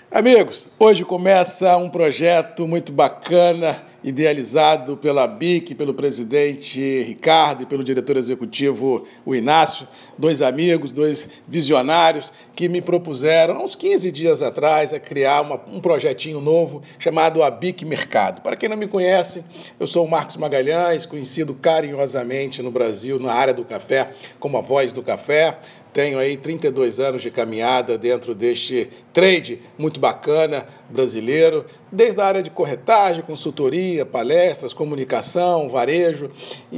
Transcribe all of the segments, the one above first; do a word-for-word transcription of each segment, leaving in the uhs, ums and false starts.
Amigos, hoje começa um projeto muito bacana, idealizado pela A B I C, pelo presidente Ricardo e pelo diretor executivo, o Inácio, dois amigos, dois visionários que me propuseram, há uns quinze dias atrás, a criar uma, um projetinho novo chamado A B I C Mercado. Para quem não me conhece, eu sou o Marcos Magalhães, conhecido carinhosamente no Brasil, na área do café, como a voz do café. Tenho aí trinta e dois anos de caminhada dentro deste trade muito bacana brasileiro, desde a área de corretagem, consultoria, palestras, comunicação, varejo,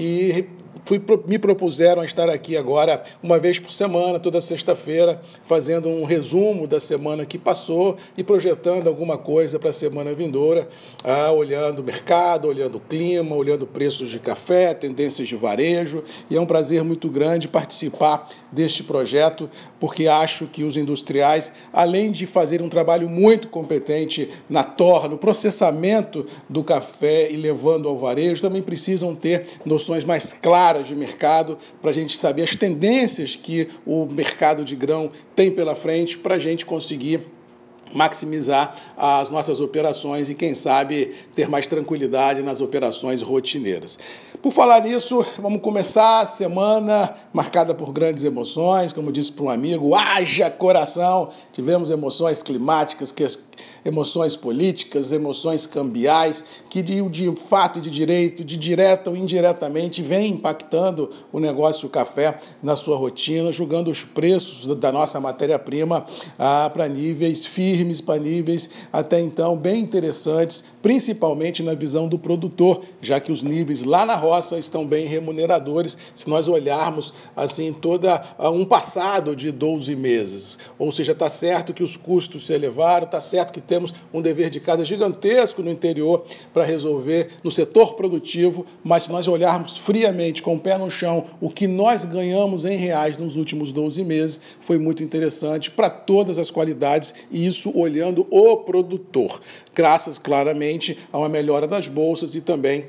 e fui, me propuseram a estar aqui agora uma vez por semana, toda sexta-feira, fazendo um resumo da semana que passou e projetando alguma coisa para a semana vindoura, ah, olhando o mercado, olhando o clima, olhando preços de café, tendências de varejo, e é um prazer muito grande participar deste projeto, porque acho que os industriais, além de fazer um trabalho muito competente na torra, no processamento do café e levando ao varejo, também precisam ter noções mais claras de mercado para a gente saber as tendências que o mercado de grão tem pela frente para a gente conseguir maximizar as nossas operações e, quem sabe, ter mais tranquilidade nas operações rotineiras. Por falar nisso, vamos começar a semana marcada por grandes emoções, como disse para um amigo, haja coração! Tivemos emoções climáticas, que emoções políticas, emoções cambiais, que de, de fato e de direito, de direta ou indiretamente, vem impactando o negócio café na sua rotina, julgando os preços da nossa matéria-prima ah, para níveis firmes, para níveis até então bem interessantes, principalmente na visão do produtor, já que os níveis lá na roça estão bem remuneradores, se nós olharmos assim toda um passado de doze meses. Ou seja, está certo que os custos se elevaram, está certo que temos um dever de casa gigantesco no interior para resolver no setor produtivo, mas se nós olharmos friamente, com o pé no chão, o que nós ganhamos em reais nos últimos doze meses foi muito interessante para todas as qualidades, e isso olhando o produtor, graças claramente a uma melhora das bolsas e também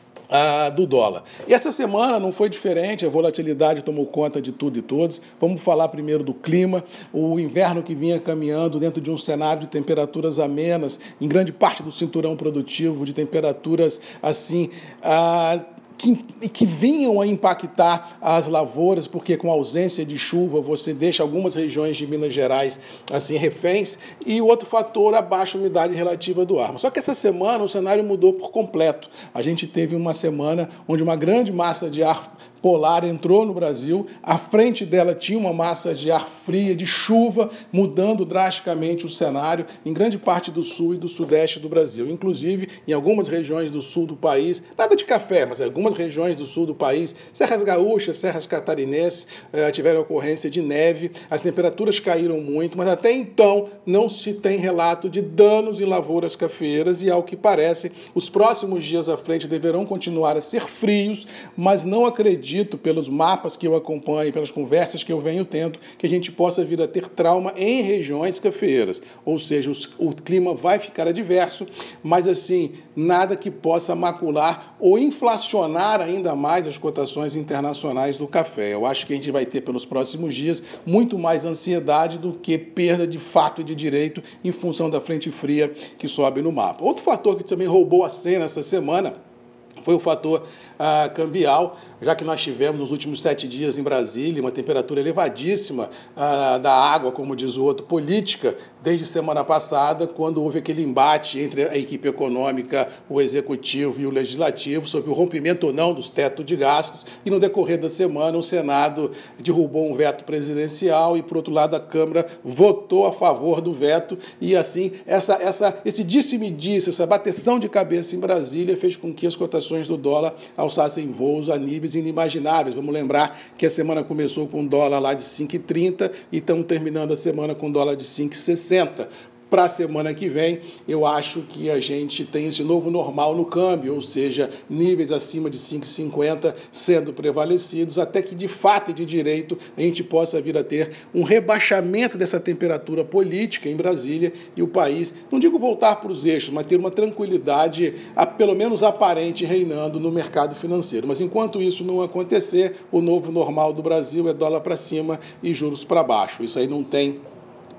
Ah, do dólar. E essa semana não foi diferente, a volatilidade tomou conta de tudo e todos. Vamos falar primeiro do clima, o inverno que vinha caminhando dentro de um cenário de temperaturas amenas, em grande parte do cinturão produtivo, de temperaturas assim... Ah, Que, que vinham a impactar as lavouras, porque com a ausência de chuva você deixa algumas regiões de Minas Gerais assim reféns, e o outro fator, a baixa umidade relativa do ar. Só que essa semana o cenário mudou por completo. A gente teve uma semana onde uma grande massa de ar polar entrou no Brasil, à frente dela tinha uma massa de ar fria, de chuva, mudando drasticamente o cenário em grande parte do sul e do sudeste do Brasil. Inclusive, em algumas regiões do sul do país, nada de café, mas em algumas regiões do sul do país, serras gaúchas, serras catarinenses, eh, tiveram ocorrência de neve, as temperaturas caíram muito, mas até então não se tem relato de danos em lavouras cafeeiras e, ao que parece, os próximos dias à frente deverão continuar a ser frios, mas não acredito, dito pelos mapas que eu acompanho, pelas conversas que eu venho tendo, que a gente possa vir a ter trauma em regiões cafeeiras. Ou seja, os, o clima vai ficar adverso, mas assim, nada que possa macular ou inflacionar ainda mais as cotações internacionais do café. Eu acho que a gente vai ter pelos próximos dias muito mais ansiedade do que perda de fato e de direito em função da frente fria que sobe no mapa. Outro fator que também roubou a cena essa semana foi o fator ah, cambial, já que nós tivemos nos últimos sete dias em Brasília uma temperatura elevadíssima ah, da água, como diz o outro, política, desde semana passada, quando houve aquele embate entre a equipe econômica, o executivo e o legislativo sobre o rompimento ou não dos tetos de gastos, e no decorrer da semana o Senado derrubou um veto presidencial e, por outro lado, a Câmara votou a favor do veto, e assim, essa, essa, esse disse-me-disse, essa bateção de cabeça em Brasília fez com que as cotações do dólar alçassem voos a níveis inimagináveis. Vamos lembrar que a semana começou com um dólar lá de cinco e trinta e estamos terminando a semana com um dólar de cinco e sessenta. Para a semana que vem, eu acho que a gente tem esse novo normal no câmbio, ou seja, níveis acima de cinco e cinquenta sendo prevalecidos, até que de fato e de direito a gente possa vir a ter um rebaixamento dessa temperatura política em Brasília e o país, não digo voltar para os eixos, mas ter uma tranquilidade, pelo menos aparente, reinando no mercado financeiro. Mas enquanto isso não acontecer, o novo normal do Brasil é dólar para cima e juros para baixo. Isso aí não tem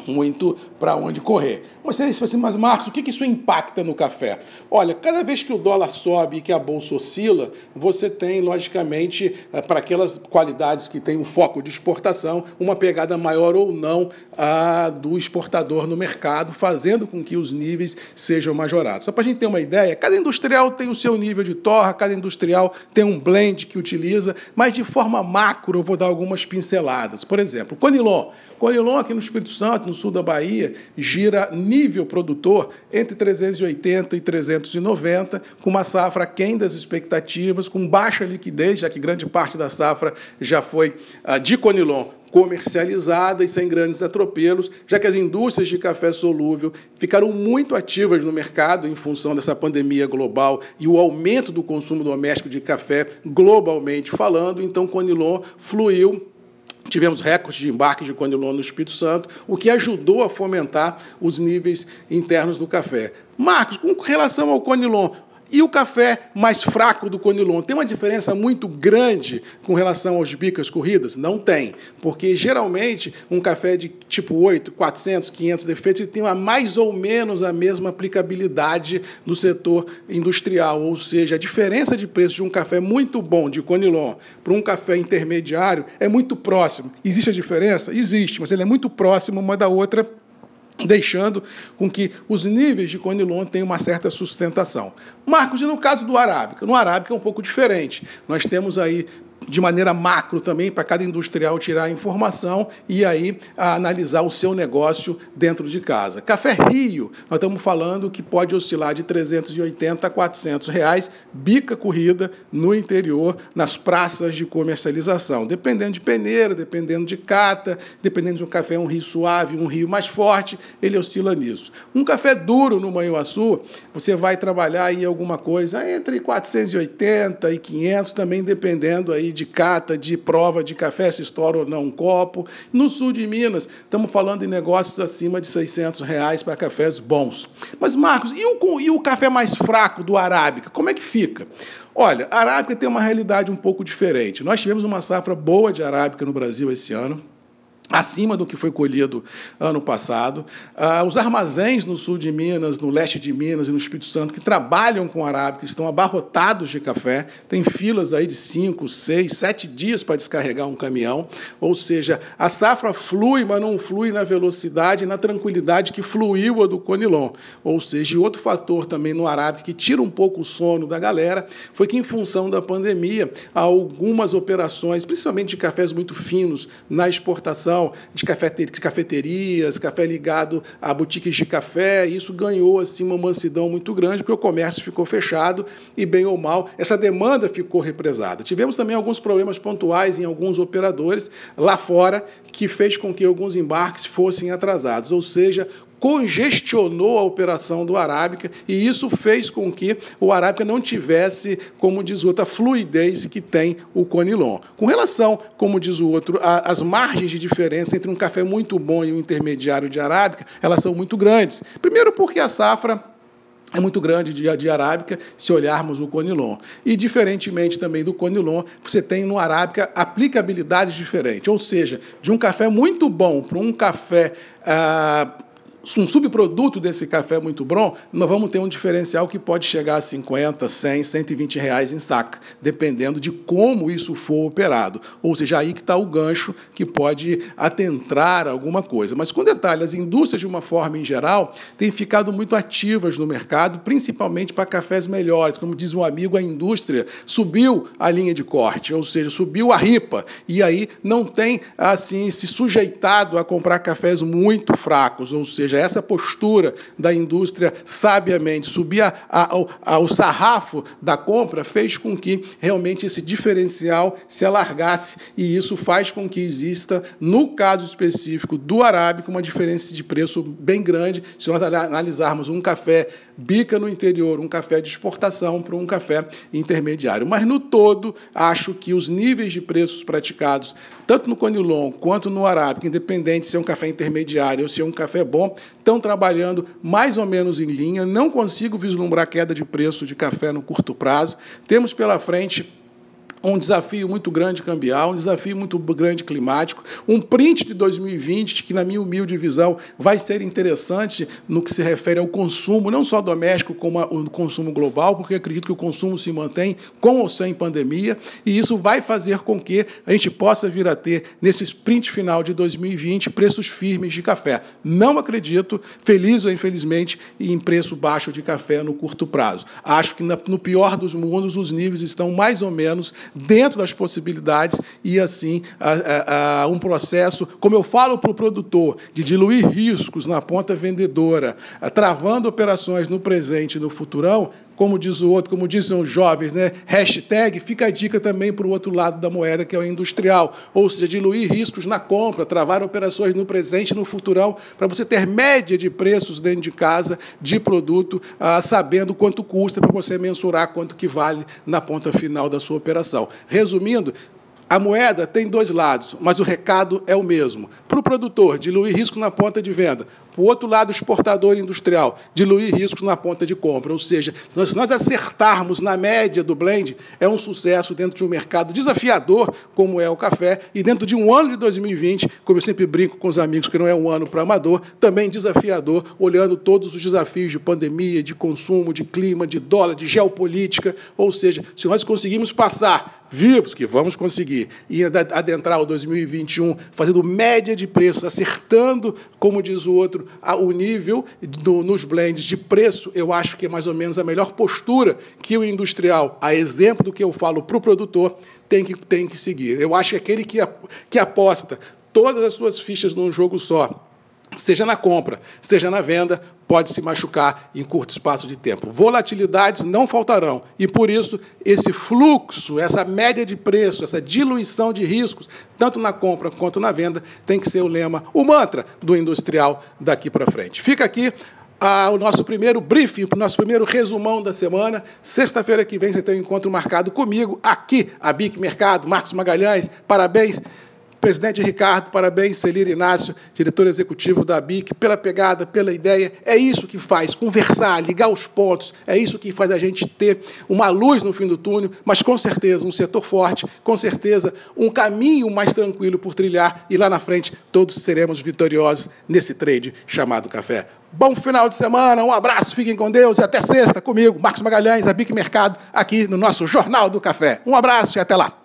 muito para onde correr. Mas você diz assim, mas Marcos, o que isso impacta no café? Olha, cada vez que o dólar sobe e que a bolsa oscila, você tem, logicamente, para aquelas qualidades que tem um foco de exportação, uma pegada maior ou não a do exportador no mercado, fazendo com que os níveis sejam majorados. Só para a gente ter uma ideia, cada industrial tem o seu nível de torra, cada industrial tem um blend que utiliza, mas de forma macro eu vou dar algumas pinceladas. Por exemplo, Conilon. Conilon aqui no Espírito Santo, no sul da Bahia, gira nível produtor entre trezentos e oitenta e trezentos e noventa, com uma safra aquém das expectativas, com baixa liquidez, já que grande parte da safra já foi uh, de Conilon comercializada e sem grandes atropelos, já que as indústrias de café solúvel ficaram muito ativas no mercado em função dessa pandemia global e o aumento do consumo doméstico de café globalmente falando, então Conilon fluiu. Tivemos recordes de embarque de Conilon no Espírito Santo, o que ajudou a fomentar os níveis internos do café. Marcos, com relação ao Conilon, e o café mais fraco do Conilon, tem uma diferença muito grande com relação aos bicas corridas? Não tem, porque geralmente um café de tipo oito, quatrocentos, quinhentos defeitos, ele tem uma, mais ou menos a mesma aplicabilidade no setor industrial, ou seja, a diferença de preço de um café muito bom de Conilon para um café intermediário é muito próximo. Existe a diferença? Existe, mas ele é muito próximo uma da outra, deixando com que os níveis de Conilon tenham uma certa sustentação. Marcos, e no caso do Arábica? No Arábica é um pouco diferente. Nós temos aí, de maneira macro também, para cada industrial tirar a informação e aí a analisar o seu negócio dentro de casa. Café Rio, nós estamos falando que pode oscilar de trezentos e oitenta a quatrocentos reais, bica corrida no interior, nas praças de comercialização. Dependendo de peneira, dependendo de cata, dependendo de um café um rio suave, um rio mais forte, ele oscila nisso. Um café duro no Manhuaçu, você vai trabalhar aí alguma coisa entre quatrocentos e oitenta e quinhentos, também dependendo aí de cata, de prova de café, se estoura ou não um copo. No sul de Minas, estamos falando em negócios acima de seiscentos reais para cafés bons. Mas, Marcos, e o, e o café mais fraco do Arábica? Como é que fica? Olha, a Arábica tem uma realidade um pouco diferente. Nós tivemos uma safra boa de Arábica no Brasil esse ano, acima do que foi colhido ano passado. Ah, os armazéns no sul de Minas, no leste de Minas e no Espírito Santo, que trabalham com arábica, estão abarrotados de café, tem filas aí de cinco, seis, sete dias para descarregar um caminhão, ou seja, a safra flui, mas não flui na velocidade e na tranquilidade que fluiu a do Conilon. Ou seja, e outro fator também no arábica que tira um pouco o sono da galera foi que, em função da pandemia, há algumas operações, principalmente de cafés muito finos, na exportação, de cafeterias, café ligado a boutiques de café, e isso ganhou assim, uma mansidão muito grande, porque o comércio ficou fechado e, bem ou mal, essa demanda ficou represada. Tivemos também alguns problemas pontuais em alguns operadores lá fora, que fez com que alguns embarques fossem atrasados, ou seja, congestionou a operação do Arábica e isso fez com que o Arábica não tivesse, como diz o outro, a fluidez que tem o Conilon. Com relação, como diz o outro, as margens de diferença entre um café muito bom e um intermediário de Arábica, elas são muito grandes. Primeiro porque a safra é muito grande de, de Arábica, se olharmos o Conilon. E, diferentemente também do Conilon, você tem no Arábica aplicabilidades diferentes. Ou seja, de um café muito bom para um café... Ah, um subproduto desse café muito bom, nós vamos ter um diferencial que pode chegar a cinquenta, cem, cento e vinte reais em saca, dependendo de como isso for operado. Ou seja, aí que está o gancho que pode atentrar alguma coisa. Mas, com detalhe, as indústrias, de uma forma em geral, têm ficado muito ativas no mercado, principalmente para cafés melhores. Como diz um amigo, a indústria subiu a linha de corte, ou seja, subiu a ripa, e aí não tem assim se sujeitado a comprar cafés muito fracos, ou seja, essa postura da indústria sabiamente subir a, a, a, o sarrafo da compra fez com que realmente esse diferencial se alargasse, e isso faz com que exista, no caso específico do Arábica, uma diferença de preço bem grande, se nós analisarmos um café bica no interior, um café de exportação para um café intermediário. Mas, no todo, acho que os níveis de preços praticados, tanto no Conilon quanto no Arábica, independente se é um café intermediário ou se é um café bom, estão trabalhando mais ou menos em linha. Não consigo vislumbrar queda de preço de café no curto prazo. Temos pela frente um desafio muito grande cambial, um desafio muito grande climático, um print de dois mil e vinte que, na minha humilde visão, vai ser interessante no que se refere ao consumo, não só doméstico, como o consumo global, porque eu acredito que o consumo se mantém com ou sem pandemia, e isso vai fazer com que a gente possa vir a ter, nesse sprint final de dois mil e vinte, preços firmes de café. Não acredito, feliz ou infelizmente, em preço baixo de café no curto prazo. Acho que, no pior dos mundos, os níveis estão mais ou menos dentro das possibilidades e, assim, a, a, a um processo, como eu falo para o produtor, de diluir riscos na ponta vendedora, a, travando operações no presente e no futurão, como diz o outro, como dizem os jovens, né? Hashtag, fica a dica também para o outro lado da moeda, que é o industrial, ou seja, diluir riscos na compra, travar operações no presente e no futurão, para você ter média de preços dentro de casa, de produto, ah, sabendo quanto custa, para você mensurar quanto que vale na ponta final da sua operação. Resumindo, a moeda tem dois lados, mas o recado é o mesmo. Para o produtor, diluir risco na ponta de venda. Para o outro lado, exportador industrial, diluir riscos na ponta de compra. Ou seja, se nós, se nós acertarmos na média do blend, é um sucesso dentro de um mercado desafiador, como é o café, e dentro de um ano de dois mil e vinte, como eu sempre brinco com os amigos, que não é um ano para amador, também desafiador, olhando todos os desafios de pandemia, de consumo, de clima, de dólar, de geopolítica. Ou seja, se nós conseguimos passar vivos, que vamos conseguir, e adentrar o dois mil e vinte e um fazendo média de preços, acertando, como diz o outro, o nível do, nos blends de preço, eu acho que é mais ou menos a melhor postura que o industrial, a exemplo do que eu falo para o produtor, tem que, tem que seguir. Eu acho que aquele que, que aposta todas as suas fichas num jogo só, seja na compra, seja na venda, pode se machucar em curto espaço de tempo. Volatilidades não faltarão, e, por isso, esse fluxo, essa média de preço, essa diluição de riscos, tanto na compra quanto na venda, tem que ser o lema, o mantra do industrial daqui para frente. Fica aqui ah, o nosso primeiro briefing, o nosso primeiro resumão da semana. Sexta-feira que vem você tem um encontro marcado comigo, aqui, a B I C Mercado, Marcos Magalhães, parabéns. Presidente Ricardo, parabéns, Celire Inácio, diretor executivo da B I C, pela pegada, pela ideia. É isso que faz, conversar, ligar os pontos, é isso que faz a gente ter uma luz no fim do túnel, mas, com certeza, um setor forte, com certeza, um caminho mais tranquilo por trilhar, e lá na frente todos seremos vitoriosos nesse trade chamado café. Bom final de semana, um abraço, fiquem com Deus e até sexta comigo, Marcos Magalhães, a B I C Mercado, aqui no nosso Jornal do Café. Um abraço e até lá.